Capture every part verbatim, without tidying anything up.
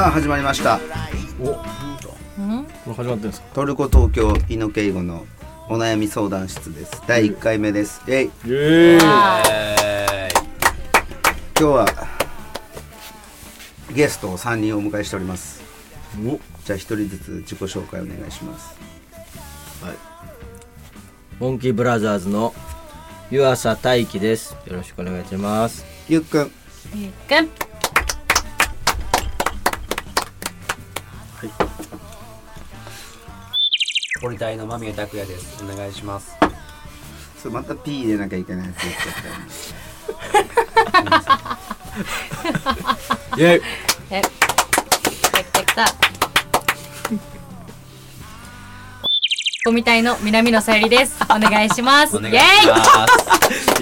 あ始まりました。 お、うんこれ始まってるんですか。 トルコ東京イノケイゴのお悩み相談室です。だいいっかいめです。イエイ。イエーイ。今日はゲストをさんにんお迎えしております。お、じゃあひとりずつ自己紹介お願いします。 はい、モンキーブラザーズの湯浅大輝です。よろしくお願いします。 ゆっくん。 ゆっくん。 はい。ポリタイの間宮拓也です。お願いします。 それまた P 入れなきゃいけないやつ言っちゃった。イェイ。 え、来た来た。コミタイの南野さゆりです。お願いします。 お願いします。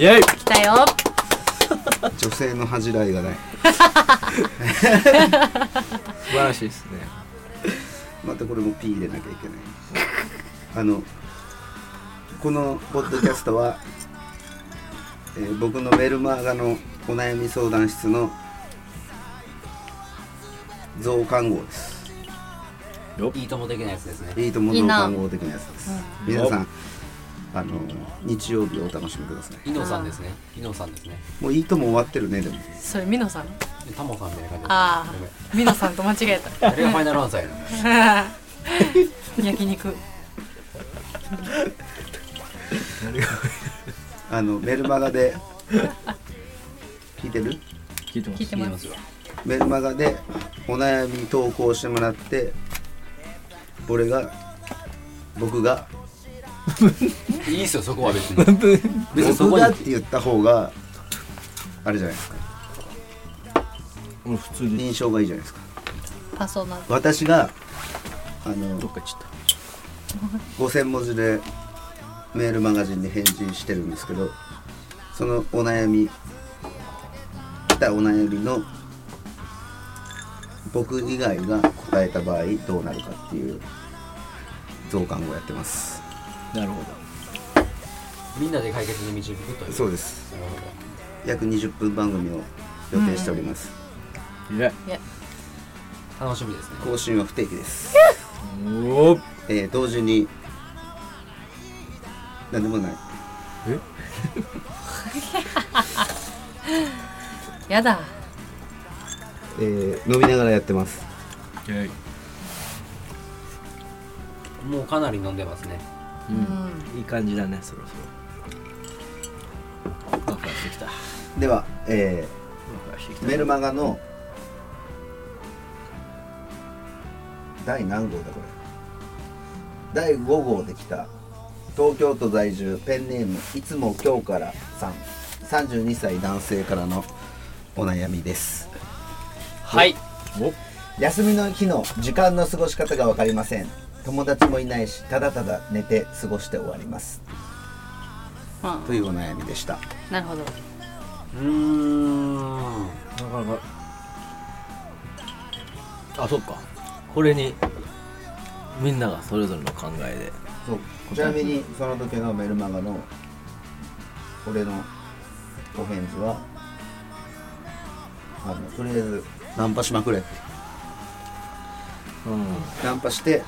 イェイ。来たよ。 女性の恥じらいがない。 素晴らしいですね。 またこれも P 入れなきゃいけない。あのこのポッドキャストは、えー、僕のメルマガのお悩み相談室の増刊号です。 いいとも的なやつですね。 いいとも増刊号的なやつです。うん、皆さんあの日曜日をお楽しみください。 伊野さんですね。伊野さんですね。 もういいとも終わってるね。でもそれミノさん。 タモさんみたいな感じです。 ああ、ミノさんと間違えた。 あれがファイナルアンサーやな。焼肉。 あのメルマガで聞いてる？ 聞いてます。 聞いてますよ。 メルマガでお悩み投稿してもらって、俺が僕がいいっすよそこは別に。 別に僕がって言った方があれじゃないですか。 もう普通に印象がいいじゃないですか。 パソナ。 私があのどっか行っちゃった。 ごせんもじでメールマガジンで返事してるんですけど、そのお悩み来たお悩みの僕以外が答えた場合どうなるかっていう増刊をやってます。 なるほど。 みんなで解決に導くという。 そうです。約にじゅっぷん番組を予定しております。 いや、 楽しみですね。 更新は不定期です。 おー、 えー、同時に何でもない。 えやだ。 えー、飲みながらやってます。 もうかなり飲んでますね。 うん、いい感じだね。そろそろワクワクしてきた。 では、えワクワクしてきた。 ー、メルマガの第何号だこれ。だいご号できた東京都在住ペンネームいつも今日からさん、さんじゅうにさい男性からのお悩みです。 はい。 お、 休みの日の時間の過ごし方が分かりません。友達もいないし、ただただ寝て過ごして終わります、 うん、 というお悩みでした。 なるほど。 うーん。 なかなか。あ、そっか。これにみんながそれぞれの考えで。 そうちなみにその時のメルマガの俺のお返事はあのとりあえずナンパしまくれって、 うん、 ナンパして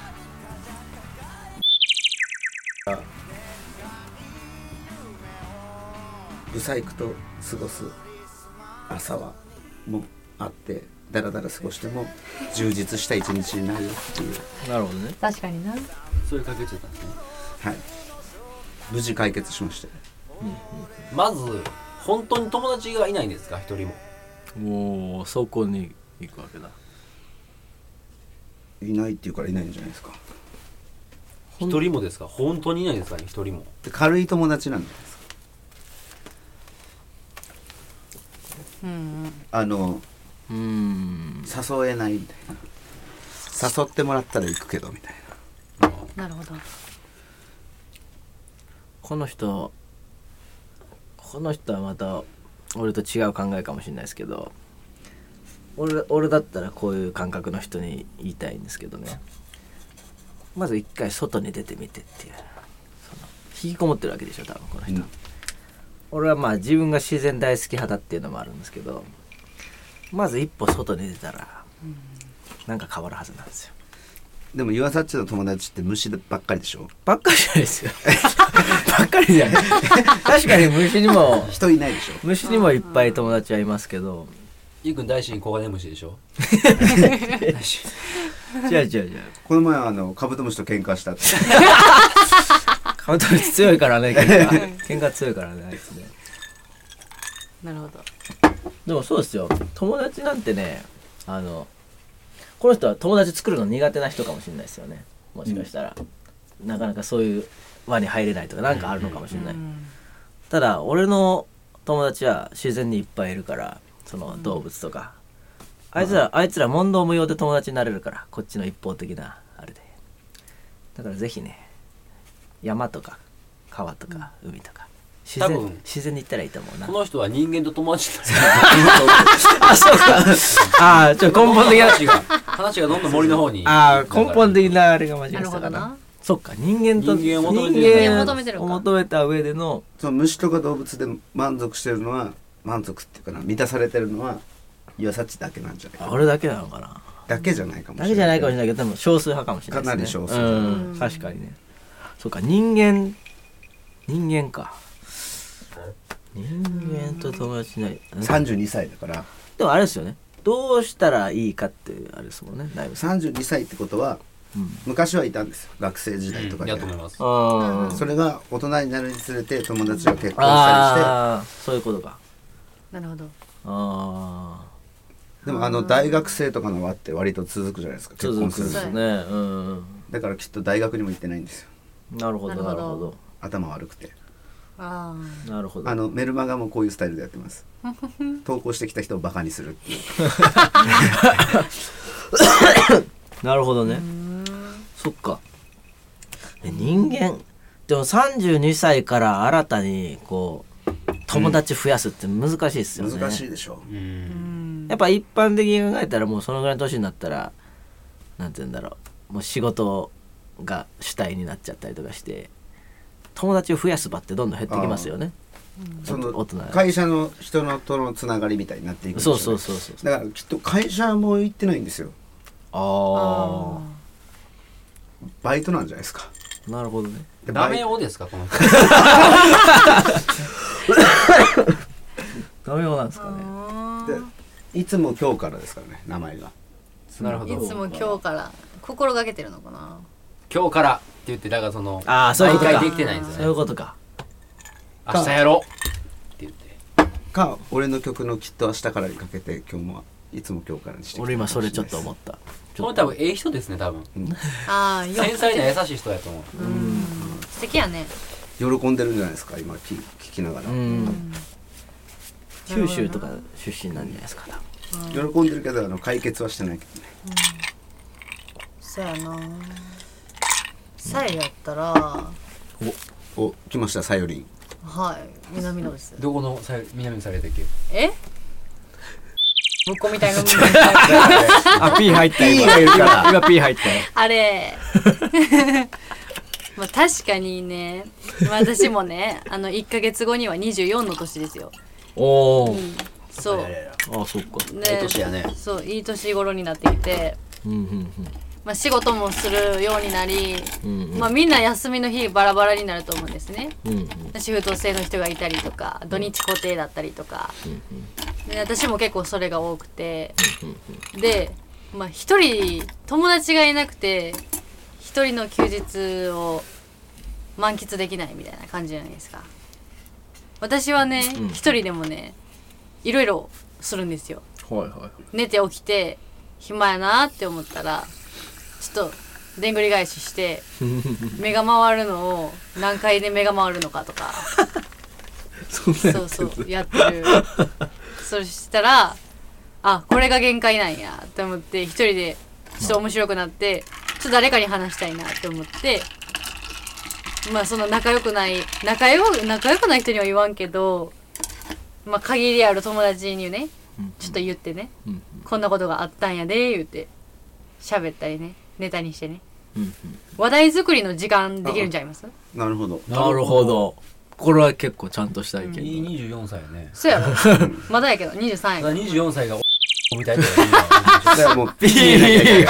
ブサイクと過ごす朝はもあってだらだら過ごしても充実した一日になるよっていう。 なるほどね。 確かにな。 そういう解決だったんですね。 はい、無事解決しました。 うんうん、まず本当に友達がいないんですか一人も。 もうそこに行くわけだ。 いないっていうからいないんじゃないですか。 一人もですか。本当にいないんですかね一人も。 で軽い友達なんじゃないですか。 うんうん、 あのうーん、 誘えないみたいな。誘ってもらったら行くけどみたいな。 なるほど。 この人この人はまた俺と違う考えかもしれないですけど、俺俺だったらこういう感覚の人に言いたいんですけどね。まず一回外に出てみてっていう、その引きこもってるわけでしょ多分この人、うん、俺はまあ自分が自然大好き派だっていうのもあるんですけど、まず一歩外に出たら、 なんか変わるはずなんですよ。 でも岩さっちの友達って虫ばっかりでしょ。 ばっかりじゃないですよばっかりじゃない確かに虫にも人いないでしょ。 虫にもいっぱい友達はいますけど、 ゆうくん大心コガネムシでしょ。 違う違う違う、 この前あのカブトムシと喧嘩したってカブトムシ強いからね、喧嘩喧嘩強いからね、あいつね。 なるほど。 でもそうですよ、友達なんてね、あのこの人は友達作るの苦手な人かもしれないですよね。もしかしたら、うん、なかなかそういう輪に入れないとかなんかあるのかもしれない、うん、ただ俺の友達は自然にいっぱいいるから、その動物とか、うん、あいつらあいつら問答無用で友達になれるから、こっちの一方的なあれで。だからぜひね、山とか川とか海とか自然、 多分自然に行ったらいいと思うな。 この人は人間と友達だあ、そうか。あ、ちょっと根本的な話が話がどんどん森の方に。 あ、根本的なあれが間違ってたかな。 なるほどな。 そっか、人間と人間を求めてる人間求めてるかを求めた上での、 その虫とか動物で満足してるのは、満足っていうかな、満たされてるのは岩さっちだけなんじゃないかな。 俺だけなのかな。 だけじゃないかもしれない。 だけじゃないかもしれないけど、でも少数派かもしれないですね。 かなり少数、 うん、確かにね。そうか、人間人間か。人間と友達ない。 さんじゅうにさいだから。 でもあれですよね、どうしたらいいかっていうあれですもんね。だいぶさんじゅうにさいってことは、うん、昔はいたんですよ、学生時代とかに、 うん、やと思います。 あ、 それが大人になるにつれて友達が結婚したりして、 あ、そういうことか。 なるほど。 あ、 でもあの大学生とかの輪って割と続くじゃないですか、結婚する。 続くですね、うん、 だからきっと大学にも行ってないんですよ。 なるほどなるほど。 頭悪くて。 ああ、なるほど。 あのメルマガもこういうスタイルでやってます投稿してきた人をバカにするっていうなるほどね。そっか。人間でもさんじゅうにさいから新たにこう友達増やすって難しいですよね、うん、 難しいでしょ。 うんやっぱ一般的に考えたらもうそのぐらいの年になったらなんて言うんだろう、もう仕事が主体になっちゃったりとかして友達を増やす場ってどんどん減ってきますよね。 その会社の人のとのつながりみたいになっていくんですよね。 そうそうそうそう。 だからきっと会社も行ってないんですよ。 ああ、 バイトなんじゃないですか。 なるほどね。 ダメ男ですかこの人ダメ男なんですかね。 でいつも今日からですからね、名前が。 なるほど。 いつも今日から心がけてるのかな。 今日からって言ってだからそのあ、そういうことか。 毎回できてないんですよね。 そういうことか。 明日やろうって言ってか、俺の曲のきっと明日からにかけて今日もいつも今日からにしてきて。 俺今それちょっと思った。 この多分ええ人ですね多分、うん、 ああ、 繊細な優しい人やと思う。 うん、素敵やね。 喜んでるんじゃないですか今聞, 聞きながら。うん、 九州とか出身なんじゃないですか。 うん、喜んでるけどあの解決はしてないけどね。 うん、そうやな。さえやったらおお来ましたさよりん。 はい、南野です。 どこのさ南のされたっけ。 え向こうみたいなあ、P 入った今。今, 今 P 入ったあれまあ確かにね、私もねあのいっかげつごにはにじゅうよんの年ですよ。 おお、うん、 そう。 あ、そっか。 いい年やね。 そう、いい年頃になってきて、うんうんうん、まあ、仕事もするようになり、うんうん、まあ、みんな休みの日バラバラになると思うんですね、うんうん、シフト制の人がいたりとか土日固定だったりとか、うんうん、で私も結構それが多くて、うんうん、で、まあ、一人友達がいなくて一人の休日を満喫できないみたいな感じじゃないですか。私はね、うん、一人でもねいろいろするんですよ、はいはいはい、寝て起きて暇やなって思ったらちょっとでんぐり返しして目が回るのを何回で目が回るのかとかそそうそうやってるそしたらあこれが限界なんやって思って一人でちょっと面白くなってちょっと誰かに話したいなって思ってまあその仲良くない仲良仲良くない人には言わんけどまあ限りある友達にねちょっと言ってね、うんうん、こんなことがあったんやで言って喋ったりねネタにしてね、うんうん、話題作りの時間できるんちゃいます？ なるほどなるほど。これは結構ちゃんとした意見、うん、 いいにじゅうよんさいやね。 そうやろまだやけどにじゅうさんやからにじゅうよんさいがみたいなだからもうピー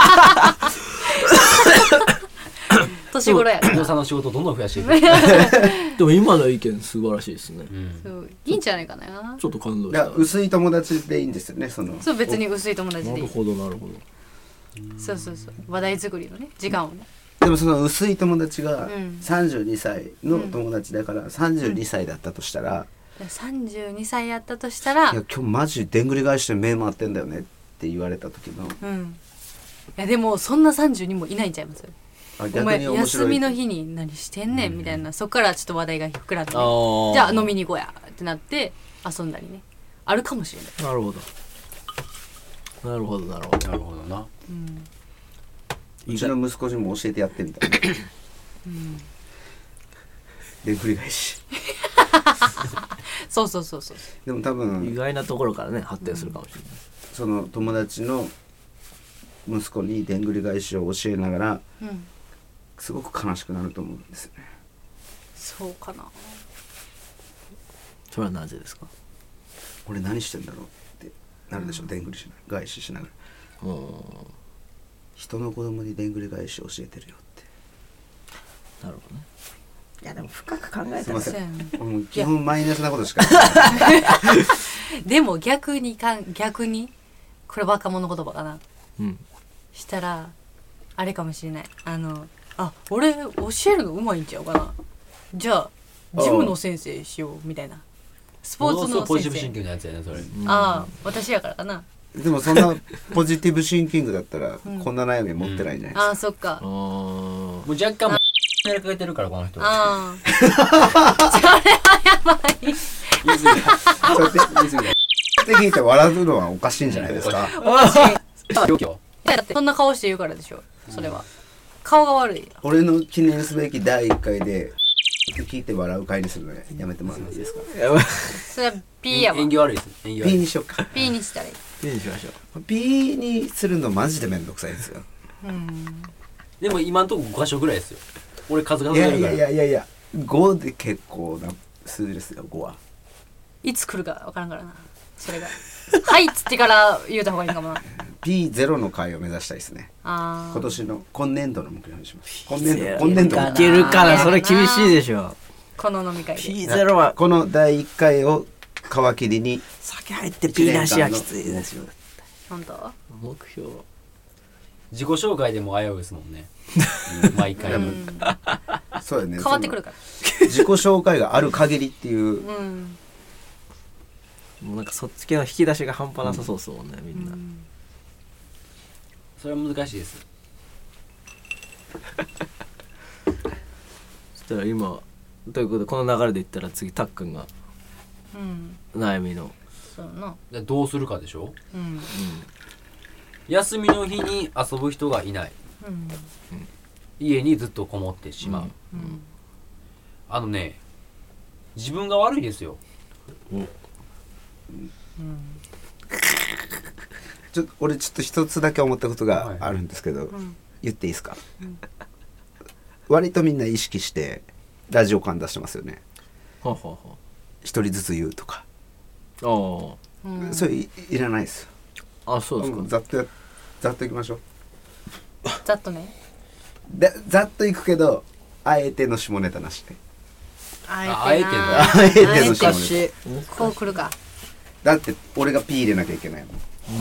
年頃やから不動産の仕事をどんどん増やしていくでも今の意見素晴らしいですね、 うん、 そういいんじゃないかな。 ちょっと感動した。 いや薄い友達でいいんですよね。そのそう別に薄い友達でいい。 なるほどなるほど。 そうそうそう話題作りのね時間をね。 でもその薄い友達がうんさんじゅうにさいの友達だからさんじゅうにさいだったとしたら、 さんじゅうにさいやったとしたら、 いや今日マジでんぐり返して目回ってんだよねって言われた時の、 うんいやでもそんなさんじゅうにもいないんちゃいます？ あお前逆に面休白いみの日に何してんねんみたいな、そっからちょっと話題が膨らんで、ね、 あーじゃあ飲みに行こうやってなって遊んだりねあるかもしれない。 なるほどなるほどなるほど。 なるほどな。 うんうちの息子にも教えてやってみたいな、 うん、 でんぐり返しそうそうそうそうでも多意分外なところからね発展するかもしれない、 その友達の息子にでんぐり返しを教えながらうんすごく悲しくなると思うんですよね。 そうかな。 それはなぜですか？ 俺何してんだろうってなるでしょ、でんぐり返ししながら。 うん人の子供にでんぐり返し教えてるよって。 なるほどね。いやでも深く考えすいまたらせそうやねんもう基本マイナスなことしかないでも逆にかん逆にこれ若者言葉かなうんしたらあれかもしれない。あのあ俺教えるのうまいんちゃうかな、じゃあジムの先生しようみたいな、スポーツものすごのいポジティブシ先生ンキングのやつやねそれ。 ああ私やからかな。 でもそんなポジティブシンキングだったらうんこんな悩み持ってないじゃないですか、 ああそっかあーもう若干もやりかけてるからこの人は。 ああそれはやばい。 言い過ぎたそうやって言い過ぎたって聞いて笑うのはおかしいんじゃないですか。 おかしい。 状況だってそんな顔して言うからでしょそれは。顔が悪い。 俺の記念すべきだいいっかいで聞いて笑う会にするのやめてもらっていいですか。 やばいそれは P やわ。 縁起悪いです縁起悪 P い。 にしようか。 P にしたらいい。 いいにしましょう。 P にするのマジでめんどくさいですよ。 うんでも今んとこご箇所ぐらいですよ。俺数数いやいえるから。 やいやいやいやごで結構な数字ですよ。ごはいつ来るかわからんからなそれが。はいっつってから言うた方がいいかもな。 ピーゼロ の回を目指したいですね。 ああ今年の今年度の目標にします。今年度今年度いけるかな、それ厳しいでしょ。 この飲み会でピーゼロ はこのだいいっかいを皮切りに酒入って P なしはきついですよ。 本当。 目標自己紹介でも危ういですもんね。毎回。 うんそうやね。 変わってくるから。 その自己紹介がある限りっていううんもうなんかそっち系の引き出しが半端なさそうですもんね、みんな。 それは難しいです。 そしたら今ということでこの流れで言ったら次たっくんがうん悩みの、 そうな。 でどうするかでしょ。 うん休みの日に遊ぶ人がいない。 うん家にずっとこもってしまう。 うんあのね、自分が悪いですよ。 うんちょ俺ちょっと一つだけ思ったことがあるんですけど、 うん言っていいですか、 うん割とみんな意識してラジオ感出してますよね。 ははは一人ずつ言うとか、 あーうんそれ い, いらないですよ。 あそうですか、 うんざっとやざっといきましょう。 ざっとね。 でざっといくけどあえての下ネタなしで。 ああえてのなあえての下あネえてタこう来るか。 だって俺が P 入れなきゃいけないもん。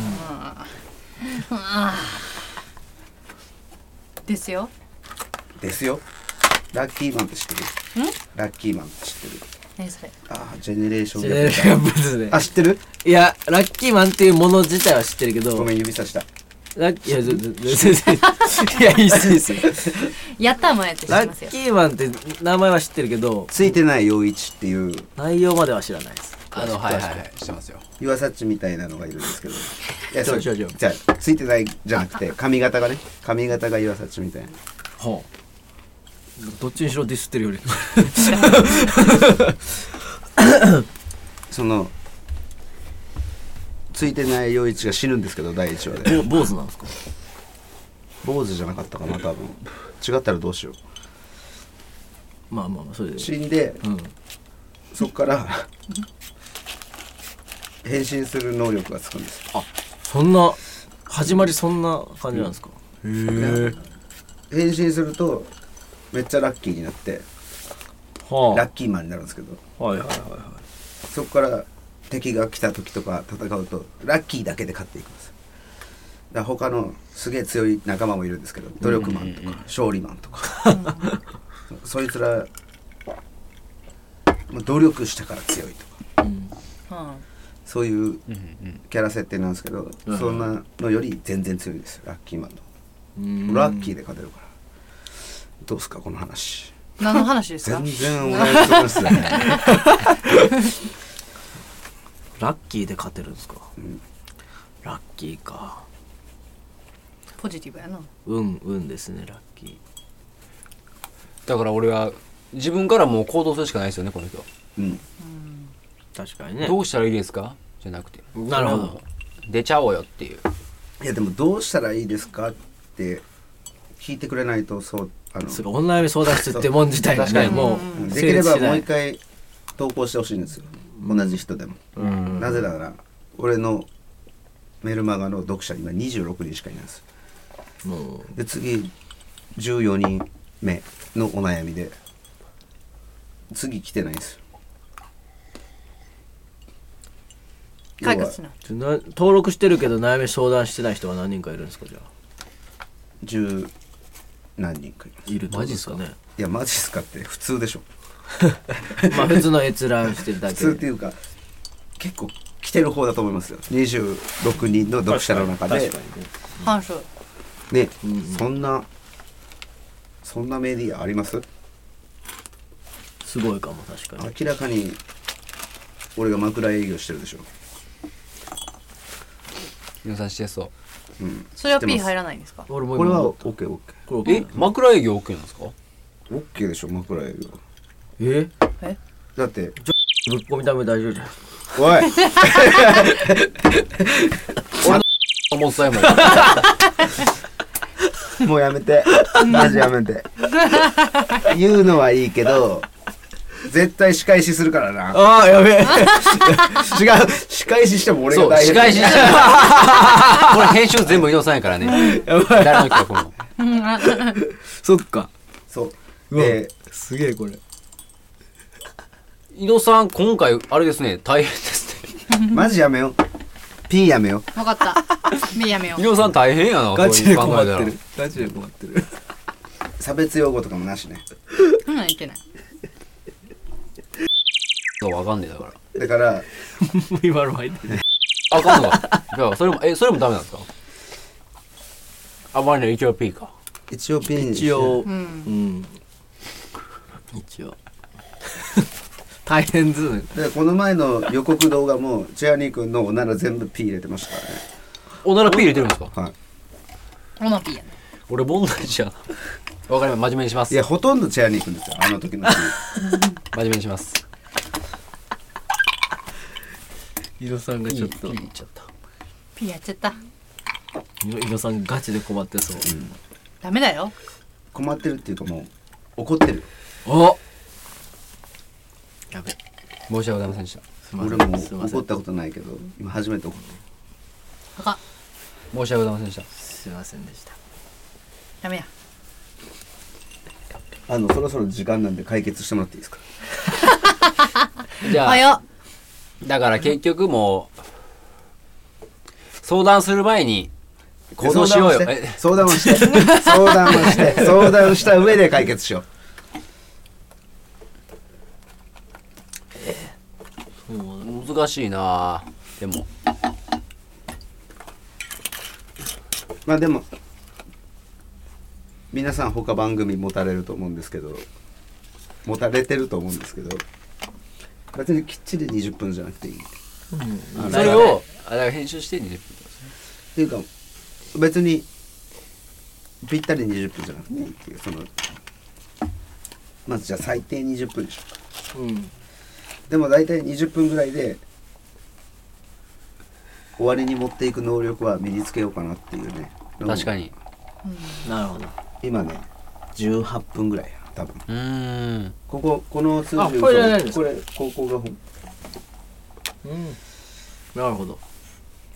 ですよ。 ですよ。ラッキーマンって知ってる？ んラッキーマンって知ってる？ 何それ。 あージェネレーションジェネレーションギャップですね。 あ知ってる？ いやラッキーマンっていうもの自体は知ってるけど、 ごめん指さした。 ラッキーいや全然全然いやいいっすいいっすやったーもんやって知ラってますよ。 ッキーマンって名前は知ってるけどついてない陽一っていう内容までは知らないです。 あのはいはいはいしてますよ。 岩サッチみたいなのがいるんですけど、いやちょそうちょちょじゃあついてないじゃなくて髪型がね髪型が岩サッチみたいな。 はあどっちにしろディスってるよりそのついてない陽一が死ぬんですけどだいいちわでぼ坊主なんですか？ 坊主じゃなかったかな多分。違ったらどうしよう。 まあまあまあそれで死んでうんそっから変身する能力がつくんですよ。 そんな始まりそんな感じなんですか、うん、へえ変身するとめっちゃラッキーになって、はあ、ラッキーマンになるんですけど、はいはいはいはい、そこから敵が来た時とか戦うとラッキーだけで勝っていくんです。だから他のすげえ強い仲間もいるんですけど、努力マンとか勝利マンとかそいつら努力したから強いとか、うんそういうキャラ設定なんですけど、うん、そんなのより全然強いですよラッキーマンの。ラッキーで勝てるから。どうですかこの話。 何の話ですか。 全然思いつかないですよねラッキーで勝てるんですか、うん、ラッキーか。 ポジティブやな。 運運ですねラッキー。 だから俺は自分からもう行動するしかないですよねこの人。うん、 確かにね。 どうしたらいいですかじゃなくて、 なるほど出ちゃおうよっていう。 いやでもどうしたらいいですかって聞いてくれないと、そうあのそうかお悩み相談室ってもん自体がねもうできればもう一回投稿してほしいんですよ、うん、同じ人でも、うん、なぜなら俺のメルマガの読者今にじゅうろくにんしかいないんです。で次じゅうよにんめのお悩みで次来てないんですよ。 解決しない。 登録してるけど悩み相談してない人は何人かいるんですか。じゃあ十何人かいます。 いるってことですかね。 いやマジっすかって普通でしょまあ普通の閲覧してるだけ。 普通っていうか結構来てる方だと思いますよ。にじゅうろくにんの読者の中で半数ね、うんうん、そんなそんなメディアあります？ すごいかも確かに。 明らかに俺が枕営業してるでしょ。 皆さんしてそう。 うん、それは P 入らないんですか。 俺もこれは オーケーオーケー。え枕営業 OK なんですか。 OK でしょ枕営業。 ええだってぶっ込みダメ大丈夫じゃん。 おい俺のもったいももうやめてマジやめて言うのはいいけど絶対仕返しするからな。 ああやべえ違う仕返ししても俺が大変。 仕返ししてもこれ編集全部伊野さんやからね。誰の曲もそっか。 そうですげえこれ伊野さん今回あれですね大変ですねマジやめよう P やめよう。分かった P やめよう。 伊野さん大変やな。 ガチで困ってるガチで困ってる差別用語とかもなしね。 そんなんいけない。 わかんねえだからだから今の入ってるあかんのか。じゃあそれもえそれもダメなんですか。あまりの一応 P か。 一応 P に一応、うん、うん、一応大変ずね。 でこの前の予告動画もチェアニー君のおなら全部 P 入れてましたからね。 おなら P 入れてるんですか。はい。 おなら P やね。 俺問題じゃん。わかります。真面目にします。 いやほとんどチェアニー君ですよあの時の P 真面目にします。 伊野さんがちょっと P 言っちゃった P やっちゃった。 伊野さんガチで困ってそう、うん、 ダメだよ。 困ってるっていうかもう怒ってる。 おやべ申し訳ございませんでした。 俺も怒ったことないけど今初めて怒ってる。 あかん。 申し訳ございませんでした。 すいませんでした。 ダメや。 あのそろそろ時間なんで解決してもらっていいですかじゃあ早だから結局もう相談する前に行動しようよ。 相談をして相談をして相談した上で解決しよう。難しいな。でもまあでも皆さん他番組持たれると思うんですけど持たれてると思うんですけど別にきっちりにじゅっぷんじゃなくていい、 うん、それをあだから編集してにじゅっぷんっていうか別にぴったりにじゅっぷんじゃなくていいっていうそのまずじゃあ最低にじゅっぷんでしょうか、うん、でも大体にじゅっぷんぐらいで終わりに持っていく能力は身につけようかなっていうね。 確かに、 うん、なるほど。 今ねじゅうはっぷんぐらいや多分。 うーんこここの数字あこれじゃないですこれここが本。 うんなるほど。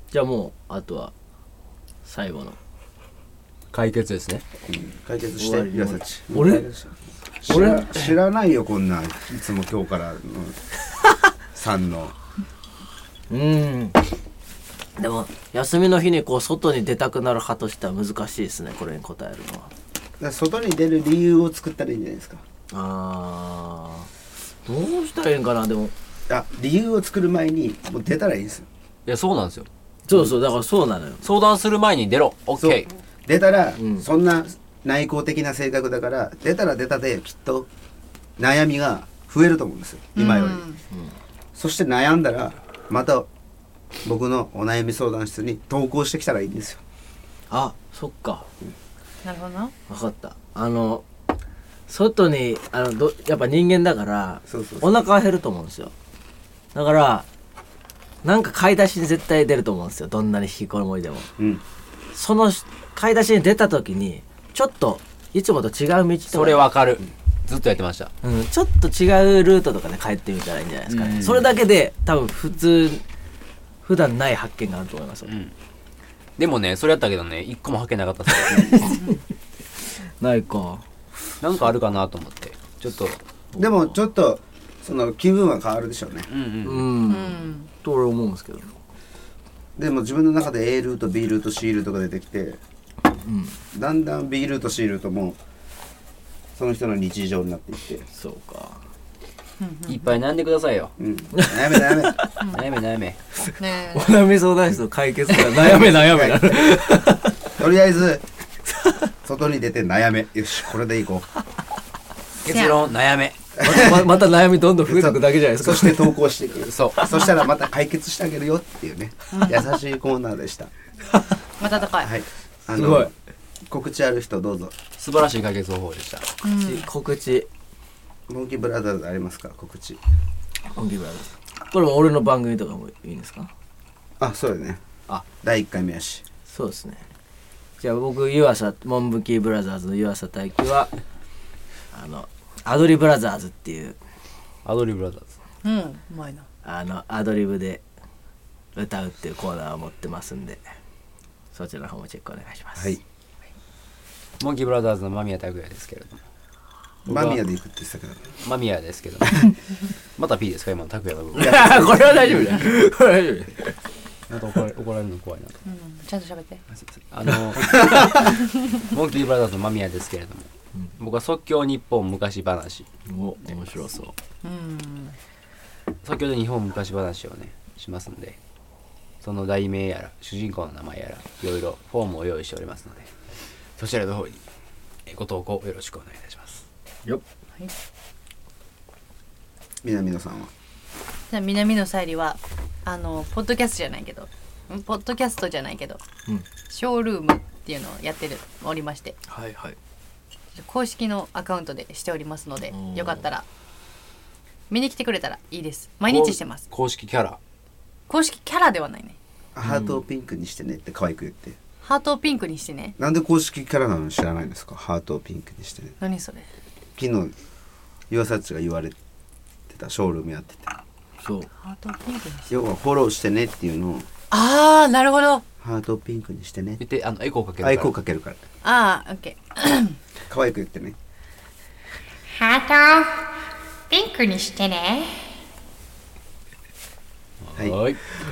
じゃあもうあとは最後の解決ですね。 解決して岩崎。 俺俺知らないよこんなんいつも今日からのさんの。 うんでも休みの日にこう外に出たくなる派としては難しいですね、これに答えるのは。 だから外に出る理由を作ったらいいんじゃないですか。 あーどうしたらいいんかな。でもあ理由を作る前にもう出たらいいんですよ。 いやそうなんですよ。 そうそうだからそうなのよ。 相談する前に出ろ。オッそうケー。 出たら、 うんそんな内向的な性格だから出たら出たできっと悩みが増えると思うんですよ今より、 うんそして悩んだらまた僕のお悩み相談室に投稿してきたらいいんですよ。 あそっかなるほどな。 分かった。あの外にあのどやっぱ人間だからそうそうそうお腹は減ると思うんですよ。だからなんか買い出しに絶対出ると思うんですよ、どんなに引きこもりでも。 うんその買い出しに出た時にちょっといつもと違う道とか、 それわかる。ずっとやってました。 うん、ちょっと違うルートとかで帰ってみたらいいんじゃないですかね、 うんそれだけで多分普通普段ない発見があると思いますよ、 うん。でもね、それやったけどね、一個も吐けなかったっすないか。 なんかあるかなと思って。ちょっと。 でもちょっとその気分は変わるでしょうね。 うんうん。 うん、 うんと俺思うんですけど。 でも自分の中で A ルート B ルート C ルートが出てきて、 うん、 だんだん B ルート C ルートもその人の日常になっていって、 そうか。 いっぱい悩んでくださいよ。 うん、悩め悩め悩め悩め。 ねお悩み相談室の解決が悩め悩めなるとりあえず外に出て悩め。よしこれでいこう。 結論悩め。 ま, また悩みどんどん増えていくだけじゃないですか。 そして投稿していく。 そうそしたらまた解決してあげるよっていうね優しいコーナーでした。 また高い。 はい、あすごいの告知ある人どうぞ。 素晴らしい解決方法でした。 うん告知モンキーブラザーズありますか告知。 オンギブラザーズこれも俺の番組とかもいいんですか。 あそうだね。 あだいいっかいめやし。 そうですね。じゃあ僕湯浅モンブキーブラザーズの湯浅大輝はあのアドリブラザーズっていうアドリブラザーズ。 うんうまいな。 あのアドリブで歌うっていうコーナーを持ってますんで、そちらの方もチェックお願いします。 はい。 モンキーブラザーズの間宮拓也ですけれども。 マミヤで行くって言ってたけどね。 間宮ですけども。また P ですか今の拓也の部分。 これは大丈夫だよ。これは大丈夫だよ。 また怒られ怒られるの怖いなと。 うんちゃんと喋って。 あのモンキーブラザーズの間宮ですけれども、僕は即興日本昔話、 お面白そう。 うん即興で日本昔話をねしますんで、その題名やら主人公の名前やらいろいろフォームを用意しておりますので、そちらの方にえご投稿よろしくお願いいたします。 よっ。 南野さんは。 じゃあ南野さゆりはあのポッドキャストじゃないけどんポッドキャストじゃないけど、 うんショールームっていうのをやってるおりまして、 はいはい。 公式のアカウントでしておりますので、 おーよかったら見に来てくれたらいいです。毎日してます。 公式キャラ。 公式キャラではないね。 ハートをピンクにしてねって可愛く言って。 ハートをピンクにしてね。 なんで公式キャラなのに知らないんですか。ハートをピンクにしてね。 何それ。 昨日岩崎が言われてたショールームやってて、 そう。 ハートをピンクにして。 要はフォローしてねっていうのをああなるほど。 ハートをピンクにしてね。 言ってあのエコーかけるから。 アイコーかけるからああオッケー。 可愛く言ってね。 ハートピンクにしてね。 はい、 はい。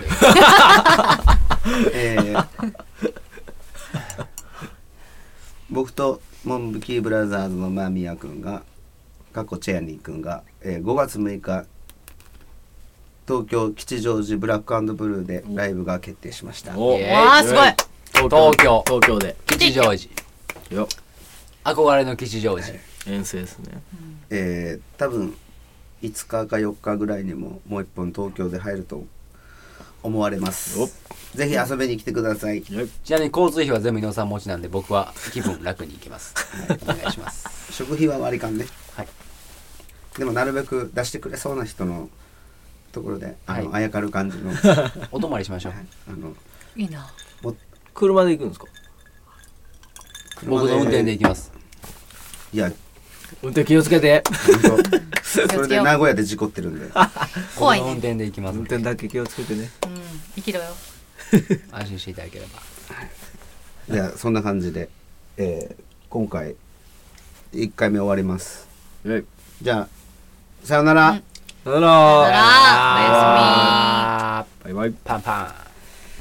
えー僕とモンブキーブラザーズの間宮くんが過去チェアニーくんが、えー、ごがつむいか東京吉祥寺ブラック&ブルーでライブが決定しました。 おイエーイわあすごい。 東京東京で。 吉祥寺。 よ。 憧れの吉祥寺。 遠征ですね。 えー多分いつかかよっかぐらいにももう一本東京で入ると思われますお。 ぜひ遊びに来てください。 ちなみに交通費は全部井上さん持ちなんで僕は気分楽に行けます。はい、お願いします。 食費は割り勘ね。 はい。 でもなるべく出してくれそうな人のところであの、 はいあやかる感じのあお泊まりしましょう。 のいいな。 も車で行くんですか。 僕の運転で行きます。 いや運転気をつけて。 本当それで名古屋で事故ってるんで怖いね。 僕の運転で行きます運。転だけ気をつけてね。 うん生きろよ。 安心していただければ。 じゃあそんな感じで、えー、今回いっかいめ終わります。じゃあさよなら、うん、 さよなら、 さよなら、おやすみ。 バイバイ。 パンパン。